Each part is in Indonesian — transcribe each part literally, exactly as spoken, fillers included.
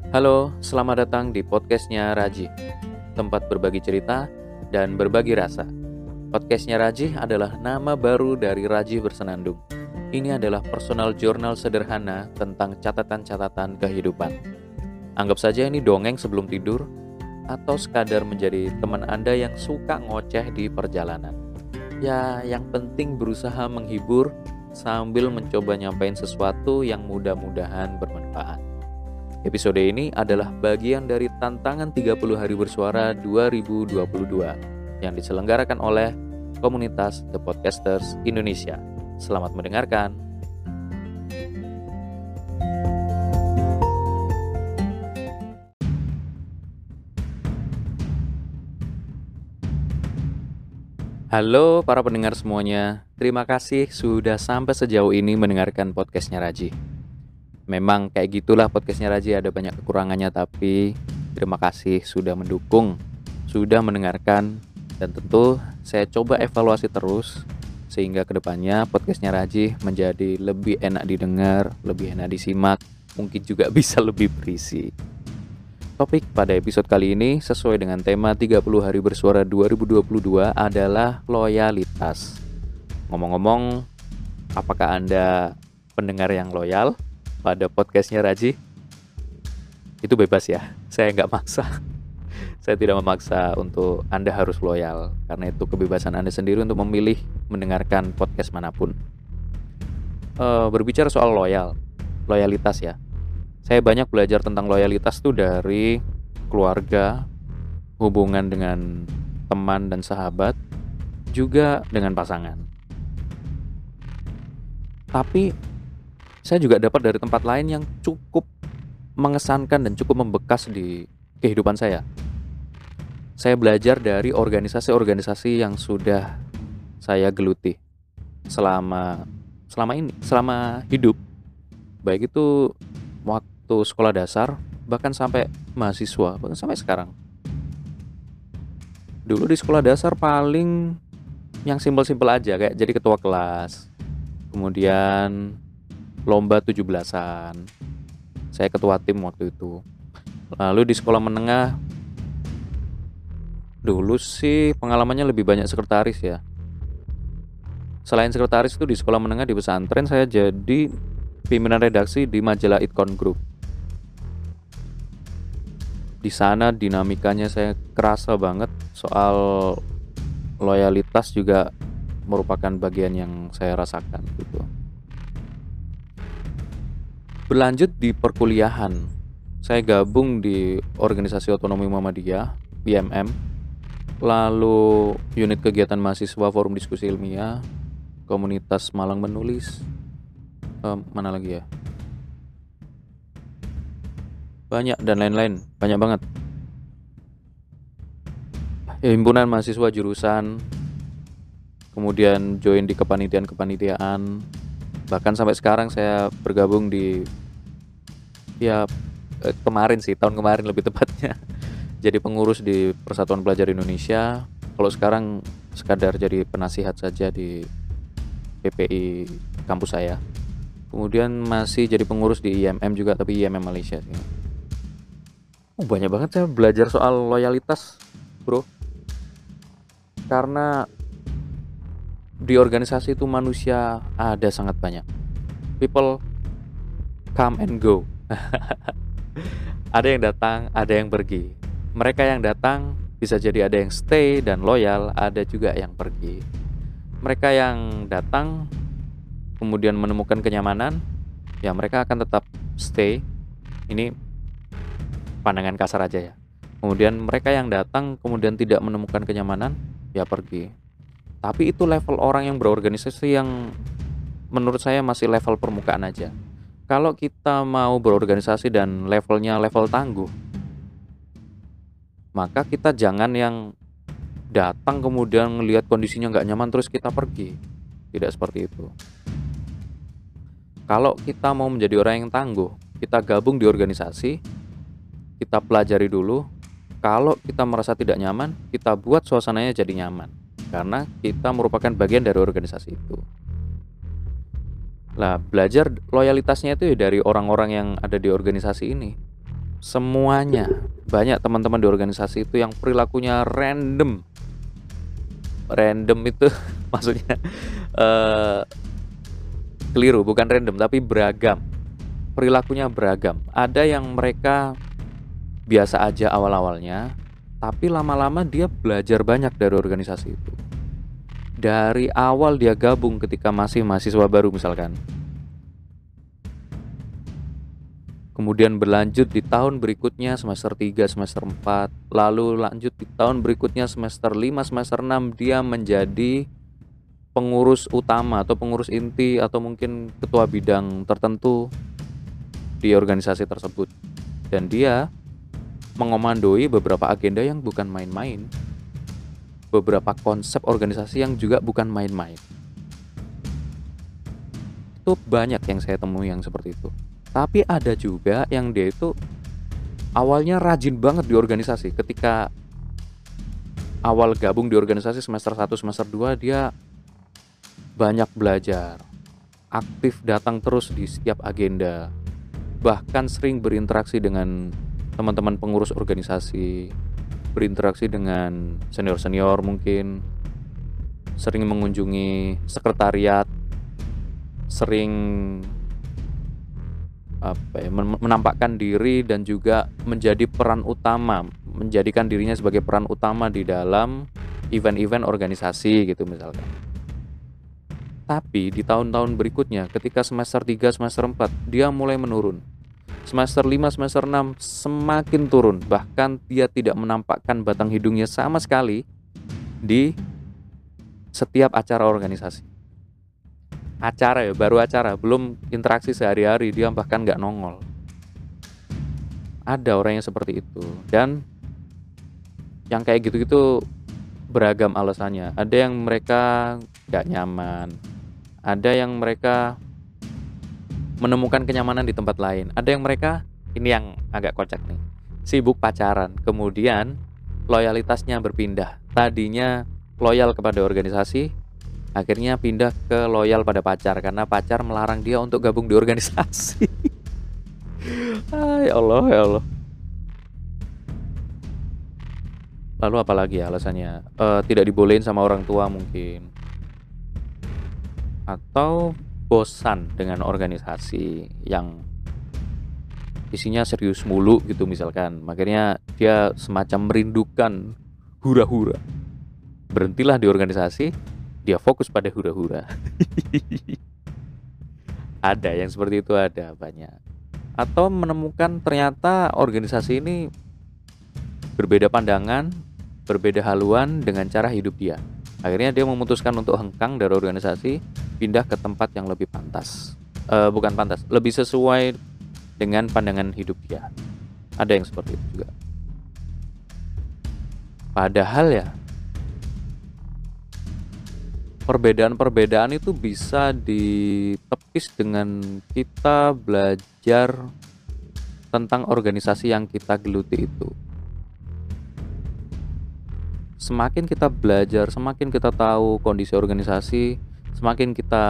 Halo, selamat datang di podcastnya Raji, tempat berbagi cerita dan berbagi rasa. Podcastnya Raji adalah nama baru dari Raji Bersenandung. Ini adalah personal journal sederhana tentang catatan-catatan kehidupan. Anggap saja ini dongeng sebelum tidur, atau sekadar menjadi teman Anda yang suka ngoceh di perjalanan. Ya, yang penting berusaha menghibur sambil mencoba nyampein sesuatu yang mudah-mudahan bermanfaat. Episode ini adalah bagian dari tantangan tiga puluh hari bersuara dua ribu dua puluh dua yang diselenggarakan oleh komunitas The Podcasters Indonesia. Selamat mendengarkan. Halo para pendengar semuanya, terima kasih sudah sampai sejauh ini mendengarkan podcastnya Raji. Memang kayak gitulah podcastnya Raji, ada banyak kekurangannya, tapi terima kasih sudah mendukung, sudah mendengarkan, dan tentu saya coba evaluasi terus sehingga kedepannya podcastnya Raji menjadi lebih enak didengar, lebih enak disimak, mungkin juga bisa lebih berisi. Topik pada episode kali ini sesuai dengan tema tiga puluh hari bersuara dua ribu dua puluh dua adalah loyalitas. Ngomong-ngomong, apakah Anda pendengar yang loyal pada podcastnya Raji? Itu bebas ya, saya nggak maksa. Saya tidak memaksa untuk Anda harus loyal, karena itu kebebasan Anda sendiri untuk memilih mendengarkan podcast manapun. E, berbicara soal loyal, loyalitas ya, saya banyak belajar tentang loyalitas tuh dari keluarga, hubungan dengan teman dan sahabat, juga dengan pasangan. Tapi saya juga dapat dari tempat lain yang cukup mengesankan dan cukup membekas di kehidupan saya. Saya belajar dari organisasi-organisasi yang sudah saya geluti selama selama ini, selama hidup. Baik itu waktu sekolah dasar, bahkan sampai mahasiswa, bahkan sampai sekarang. Dulu di sekolah dasar paling yang simpel-simpel aja, kayak jadi ketua kelas. Kemudian lomba tujuh belasan, saya ketua tim waktu itu. Lalu di sekolah menengah, dulu sih pengalamannya lebih banyak sekretaris ya. Selain sekretaris itu di sekolah menengah di pesantren, saya jadi pimpinan redaksi di majalah Itkon Group. Di sana dinamikanya saya kerasa banget, soal loyalitas juga merupakan bagian yang saya rasakan gitu. Berlanjut di perkuliahan, saya gabung di Organisasi Otonomi Muhammadiyah (I M M), lalu unit kegiatan mahasiswa Forum Diskusi Ilmiah, komunitas Malang Menulis, eh, mana lagi ya? Banyak dan lain-lain, banyak banget. Himpunan mahasiswa jurusan, kemudian join di kepanitiaan-kepanitiaan. Bahkan sampai sekarang saya bergabung di ya eh, kemarin sih, tahun kemarin lebih tepatnya, jadi pengurus di Persatuan Pelajar Indonesia. Kalau sekarang sekadar jadi penasihat saja di P P I kampus saya. Kemudian masih jadi pengurus di I M M juga, tapi I M M Malaysia sih. Oh, banyak banget saya belajar soal loyalitas, bro. Karena di organisasi itu manusia ada sangat banyak. People come and go. Ada yang datang, ada yang pergi. Mereka yang datang bisa jadi ada yang stay dan loyal, ada juga yang pergi. Mereka yang datang kemudian menemukan kenyamanan, ya mereka akan tetap stay. Ini pandangan kasar aja ya. Kemudian mereka yang datang kemudian tidak menemukan kenyamanan, ya pergi. Tapi itu level orang yang berorganisasi yang menurut saya masih level permukaan aja. Kalau kita mau berorganisasi dan levelnya level tangguh, maka kita jangan yang datang kemudian ngelihat kondisinya nggak nyaman terus kita pergi. Tidak seperti itu. Kalau kita mau menjadi orang yang tangguh, kita gabung di organisasi, kita pelajari dulu. Kalau kita merasa tidak nyaman, kita buat suasananya jadi nyaman, karena kita merupakan bagian dari organisasi itu. Lah, belajar loyalitasnya itu ya dari orang-orang yang ada di organisasi ini. Semuanya. Banyak teman-teman di organisasi itu yang perilakunya random. Random itu maksudnya eh keliru, bukan random tapi beragam. Perilakunya beragam. Ada yang mereka biasa aja awal-awalnya, tapi lama-lama dia belajar banyak dari organisasi itu. Dari awal dia gabung ketika masih mahasiswa baru misalkan. Kemudian berlanjut di tahun berikutnya semester tiga, semester empat, lalu lanjut di tahun berikutnya semester lima, semester enam dia menjadi pengurus utama atau pengurus inti atau mungkin ketua bidang tertentu di organisasi tersebut. Dan dia mengomandoi beberapa agenda yang bukan main-main. Beberapa konsep organisasi yang juga bukan main-main. Itu banyak yang saya temui yang seperti itu. Tapi ada juga yang dia itu awalnya rajin banget di organisasi. Ketika awal gabung di organisasi semester satu, semester dua dia banyak belajar. Aktif datang terus di setiap agenda. Bahkan sering berinteraksi dengan teman-teman pengurus organisasi, berinteraksi dengan senior-senior mungkin, sering mengunjungi sekretariat, sering apa ya, menampakkan diri dan juga menjadi peran utama, menjadikan dirinya sebagai peran utama di dalam event-event organisasi gitu misalkan. Tapi di tahun-tahun berikutnya ketika semester tiga, semester empat dia mulai menurun. Semester lima, semester enam semakin turun, bahkan dia tidak menampakkan batang hidungnya sama sekali di setiap acara organisasi. Acara ya, baru acara, belum interaksi sehari-hari, dia bahkan nggak nongol. Ada orang yang seperti itu, dan yang kayak gitu-gitu beragam alasannya. Ada yang mereka nggak nyaman, ada yang mereka menemukan kenyamanan di tempat lain, ada yang mereka, ini yang agak kocak nih, sibuk pacaran, kemudian loyalitasnya berpindah. Tadinya loyal kepada organisasi, akhirnya pindah ke loyal pada pacar karena pacar melarang dia untuk gabung di organisasi. Ya Allah, ya Allah. Lalu apalagi ya alasannya? Uh, tidak dibolehin sama orang tua mungkin, atau bosan dengan organisasi yang isinya serius mulu gitu misalkan. Makanya dia semacam merindukan hura-hura. Berhentilah di organisasi, dia fokus pada hura-hura. Ada yang seperti itu, ada banyak. Atau menemukan ternyata organisasi ini berbeda pandangan, berbeda haluan dengan cara hidup dia. Akhirnya dia memutuskan untuk hengkang dari organisasi, pindah ke tempat yang lebih pantas. E, bukan pantas, lebih sesuai dengan pandangan hidup dia. Ada yang seperti itu juga. Padahal ya, perbedaan-perbedaan itu bisa ditepis dengan kita belajar tentang organisasi yang kita geluti itu. Semakin kita belajar, semakin kita tahu kondisi organisasi, semakin kita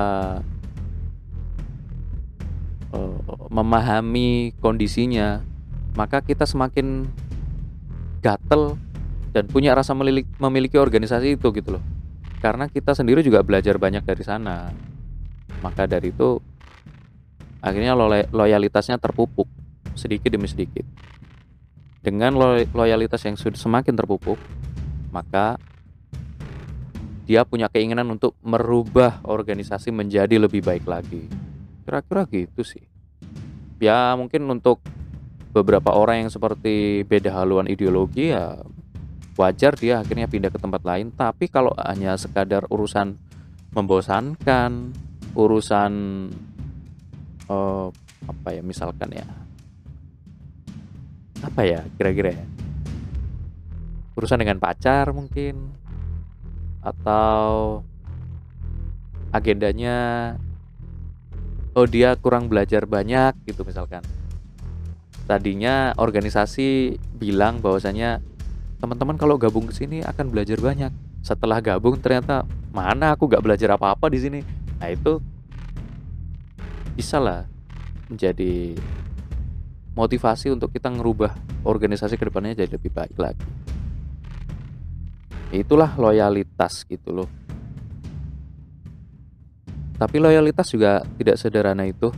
uh, memahami kondisinya, maka kita semakin gatel dan punya rasa memiliki, memiliki organisasi itu gitu loh. Karena kita sendiri juga belajar banyak dari sana. Maka dari itu akhirnya loyalitasnya terpupuk sedikit demi sedikit. Dengan loyalitas yang sudah semakin terpupuk, maka dia punya keinginan untuk merubah organisasi menjadi lebih baik lagi. Kira-kira gitu sih. Ya mungkin untuk beberapa orang yang seperti beda haluan ideologi ya wajar dia akhirnya pindah ke tempat lain. Tapi kalau hanya sekadar urusan membosankan, urusan uh, apa ya misalkan ya, apa ya kira-kira ya, urusan dengan pacar mungkin, atau agendanya oh dia kurang belajar banyak gitu misalkan. Tadinya organisasi bilang bahwasanya teman-teman kalau gabung ke sini akan belajar banyak. Setelah gabung ternyata mana aku gak belajar apa-apa di sini. Nah itu bisa lah menjadi motivasi untuk kita ngerubah organisasi ke depannya jadi lebih baik lagi. Itulah loyalitas gitu loh. Tapi loyalitas juga tidak sederhana itu.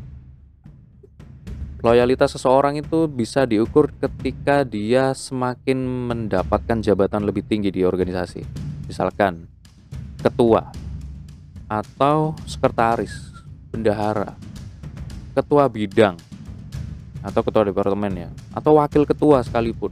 Loyalitas seseorang itu bisa diukur ketika dia semakin mendapatkan jabatan lebih tinggi di organisasi. Misalkan ketua atau sekretaris, bendahara, ketua bidang atau ketua departemen ya, atau wakil ketua sekalipun.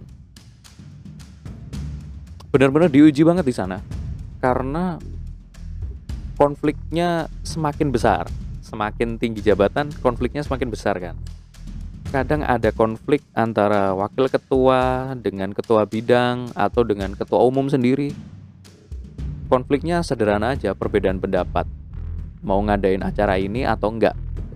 Benar-benar diuji banget di sana karena konfliknya semakin besar. Semakin tinggi jabatan, konfliknya semakin besar kan. Kadang ada konflik antara wakil ketua dengan ketua bidang atau dengan ketua umum sendiri. Konfliknya sederhana aja, perbedaan pendapat. Mau ngadain acara ini atau enggak.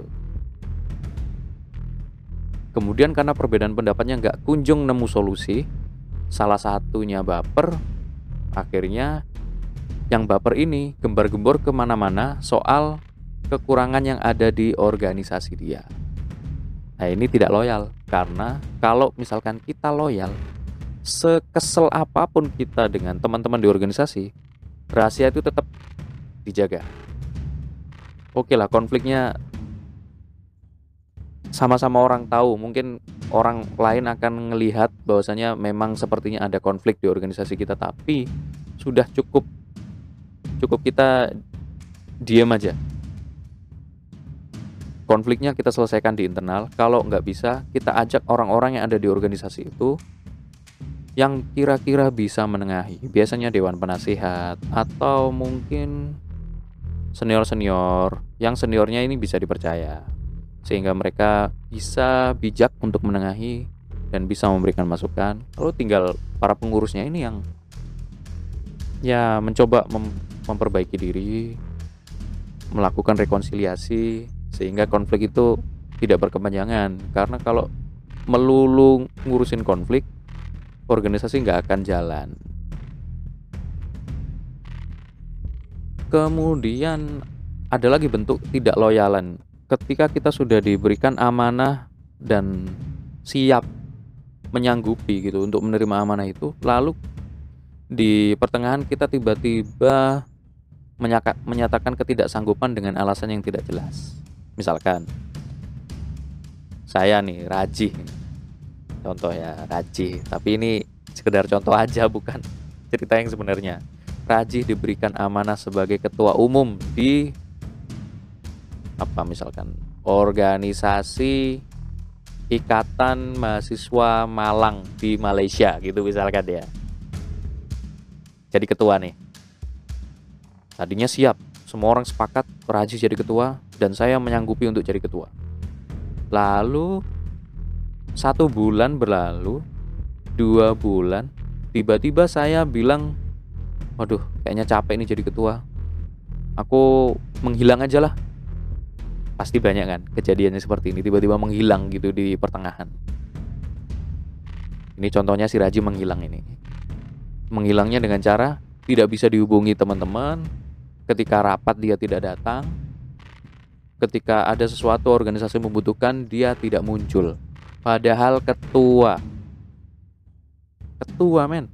Kemudian karena perbedaan pendapatnya enggak kunjung nemu solusi, salah satunya baper, akhirnya yang baper ini gembar-gembor kemana-mana soal kekurangan yang ada di organisasi dia. Nah ini tidak loyal, karena kalau misalkan kita loyal, sekesel apapun kita dengan teman-teman di organisasi, rahasia itu tetap dijaga. Oke lah, konfliknya sama-sama orang tahu, mungkin orang lain akan melihat bahwasanya memang sepertinya ada konflik di organisasi kita, tapi sudah cukup cukup kita diam aja. Konfliknya kita selesaikan di internal. Kalau nggak bisa, kita ajak orang-orang yang ada di organisasi itu yang kira-kira bisa menengahi. Biasanya dewan penasihat atau mungkin senior-senior. Yang seniornya ini bisa dipercaya, sehingga mereka bisa bijak untuk menengahi dan bisa memberikan masukan. Lalu tinggal para pengurusnya ini yang ya mencoba mem- memperbaiki diri, melakukan rekonsiliasi, sehingga konflik itu tidak berkepanjangan. Karena kalau melulu ngurusin konflik, organisasi nggak akan jalan. Kemudian ada lagi bentuk tidak loyalan. Ketika kita sudah diberikan amanah dan siap menyanggupi gitu untuk menerima amanah itu, lalu di pertengahan kita tiba-tiba menyatakan ketidaksanggupan dengan alasan yang tidak jelas. Misalkan saya nih Raji, contoh ya Raji, tapi ini sekedar contoh aja, bukan cerita yang sebenarnya. Raji diberikan amanah sebagai ketua umum di apa misalkan organisasi Ikatan Mahasiswa Malang di Malaysia gitu misalkan ya. Jadi ketua nih. Tadinya siap, semua orang sepakat Raji jadi ketua dan saya menyanggupi untuk jadi ketua. Lalu satu bulan berlalu, dua bulan, tiba-tiba saya bilang, waduh kayaknya capek nih jadi ketua, aku menghilang aja lah. Pasti banyak kan kejadiannya seperti ini, tiba-tiba menghilang gitu di pertengahan. Ini contohnya si Raji menghilang ini. Menghilangnya dengan cara tidak bisa dihubungi teman-teman, ketika rapat dia tidak datang, ketika ada sesuatu organisasi membutuhkan dia tidak muncul. Padahal ketua Ketua men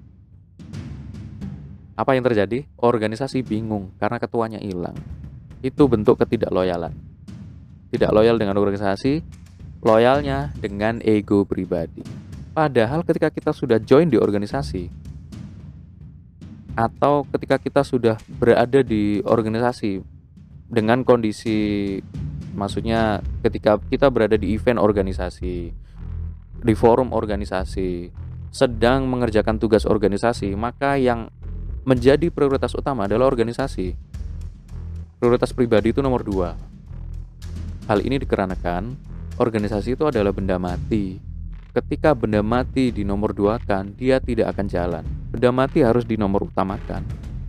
Apa yang terjadi? Organisasi bingung karena ketuanya hilang. Itu bentuk ketidakloyalan. Tidak loyal dengan organisasi, loyalnya dengan ego pribadi. Padahal ketika kita sudah join di organisasi, atau ketika kita sudah berada di organisasi dengan kondisi, maksudnya ketika kita berada di event organisasi, di forum organisasi, sedang mengerjakan tugas organisasi, maka yang menjadi prioritas utama adalah organisasi. Prioritas pribadi itu nomor dua. Hal ini dikarenakan organisasi itu adalah benda mati. Ketika benda mati di nomor dua kan, dia tidak akan jalan. Benda mati harus di nomor utamakan.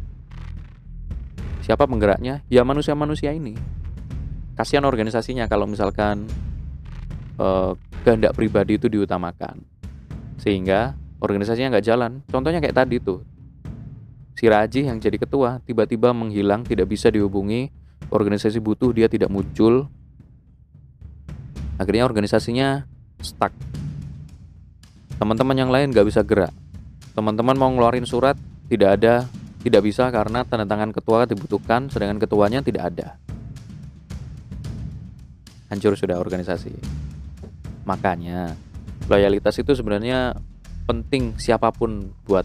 Siapa penggeraknya? Ya manusia-manusia ini. Kasihan organisasinya kalau misalkan eh, kehendak pribadi itu diutamakan, sehingga organisasinya nggak jalan. Contohnya kayak tadi tuh, si Raji yang jadi ketua tiba-tiba menghilang, tidak bisa dihubungi, organisasi butuh dia tidak muncul. Akhirnya organisasinya stuck. Teman-teman yang lain nggak bisa gerak. Teman-teman mau ngeluarin surat, tidak ada, tidak bisa karena tanda tangan ketua dibutuhkan, sedangkan ketuanya tidak ada. Hancur sudah organisasi. Makanya loyalitas itu sebenarnya penting siapapun buat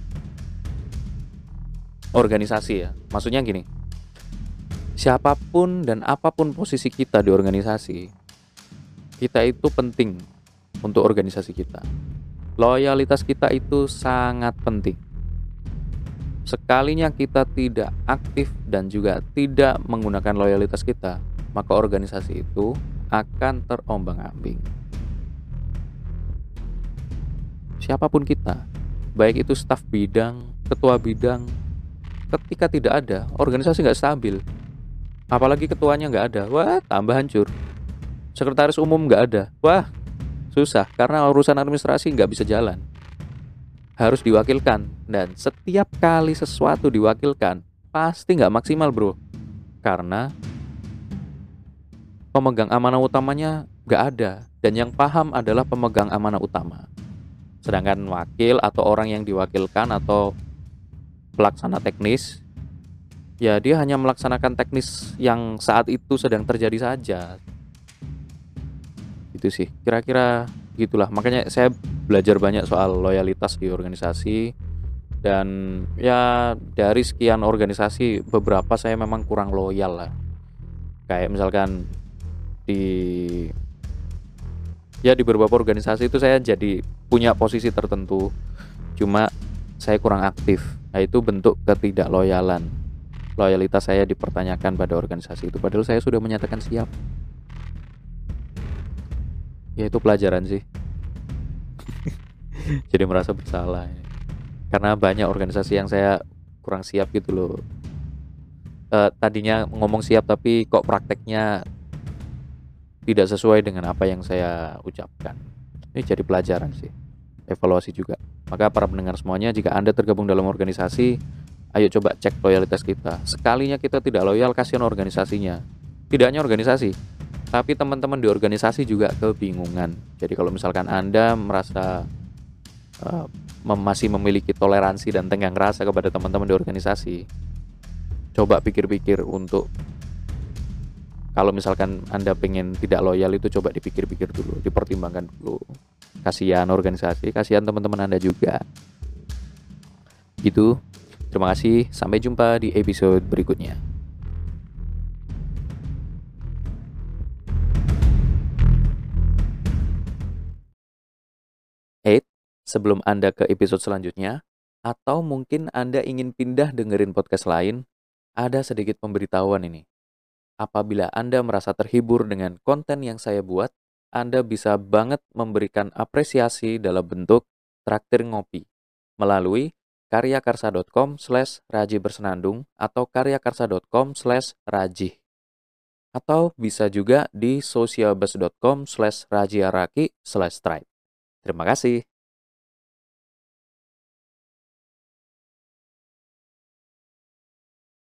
organisasi ya. Maksudnya gini, siapapun dan apapun posisi kita di organisasi, kita itu penting untuk organisasi kita. Loyalitas kita itu sangat penting. Sekalinya kita tidak aktif dan juga tidak menggunakan loyalitas kita, maka organisasi itu akan terombang-ambing. Siapapun kita, baik itu staf bidang, ketua bidang, ketika tidak ada, organisasi nggak stabil. Apalagi ketuanya nggak ada, wah tambah hancur. Sekretaris umum nggak ada, wah susah karena urusan administrasi nggak bisa jalan. Harus diwakilkan, dan setiap kali sesuatu diwakilkan pasti nggak maksimal bro, karena pemegang amanah utamanya nggak ada, dan yang paham adalah pemegang amanah utama. Sedangkan wakil atau orang yang diwakilkan atau pelaksana teknis, ya dia hanya melaksanakan teknis yang saat itu sedang terjadi saja. Itu sih kira-kira gitulah. Makanya saya belajar banyak soal loyalitas di organisasi, dan ya dari sekian organisasi beberapa saya memang kurang loyal lah. Kayak misalkan di ya di beberapa organisasi itu saya jadi punya posisi tertentu, cuma saya kurang aktif. Nah itu bentuk ketidakloyalan. Loyalitas saya dipertanyakan pada organisasi itu, padahal saya sudah menyatakan siap. Ya itu pelajaran sih. Jadi merasa bersalah ya. Karena banyak organisasi yang saya kurang siap gitu loh. E, tadinya ngomong siap tapi kok prakteknya tidak sesuai dengan apa yang saya ucapkan. Ini jadi pelajaran sih, evaluasi juga. Maka para pendengar semuanya, jika Anda tergabung dalam organisasi, ayo coba cek loyalitas kita. Sekalinya kita tidak loyal, kasihan organisasinya. Tidak hanya organisasi, tapi teman-teman di organisasi juga kebingungan. Jadi kalau misalkan Anda merasa uh, masih memiliki toleransi dan tenggang rasa kepada teman-teman di organisasi, coba pikir-pikir untuk, kalau misalkan Anda pengen tidak loyal itu coba dipikir-pikir dulu, dipertimbangkan dulu. Kasihan organisasi, kasihan teman-teman Anda juga. Gitu. Terima kasih, sampai jumpa di episode berikutnya. Eh, sebelum Anda ke episode selanjutnya, atau mungkin Anda ingin pindah dengerin podcast lain, ada sedikit pemberitahuan ini. Apabila Anda merasa terhibur dengan konten yang saya buat, Anda bisa banget memberikan apresiasi dalam bentuk traktir ngopi melalui karyakarsa.com slash raji bersenandung atau karyakarsa.com slash raji. Atau bisa juga di socialbus.com slash rajiaraki slash stripe. Terima kasih.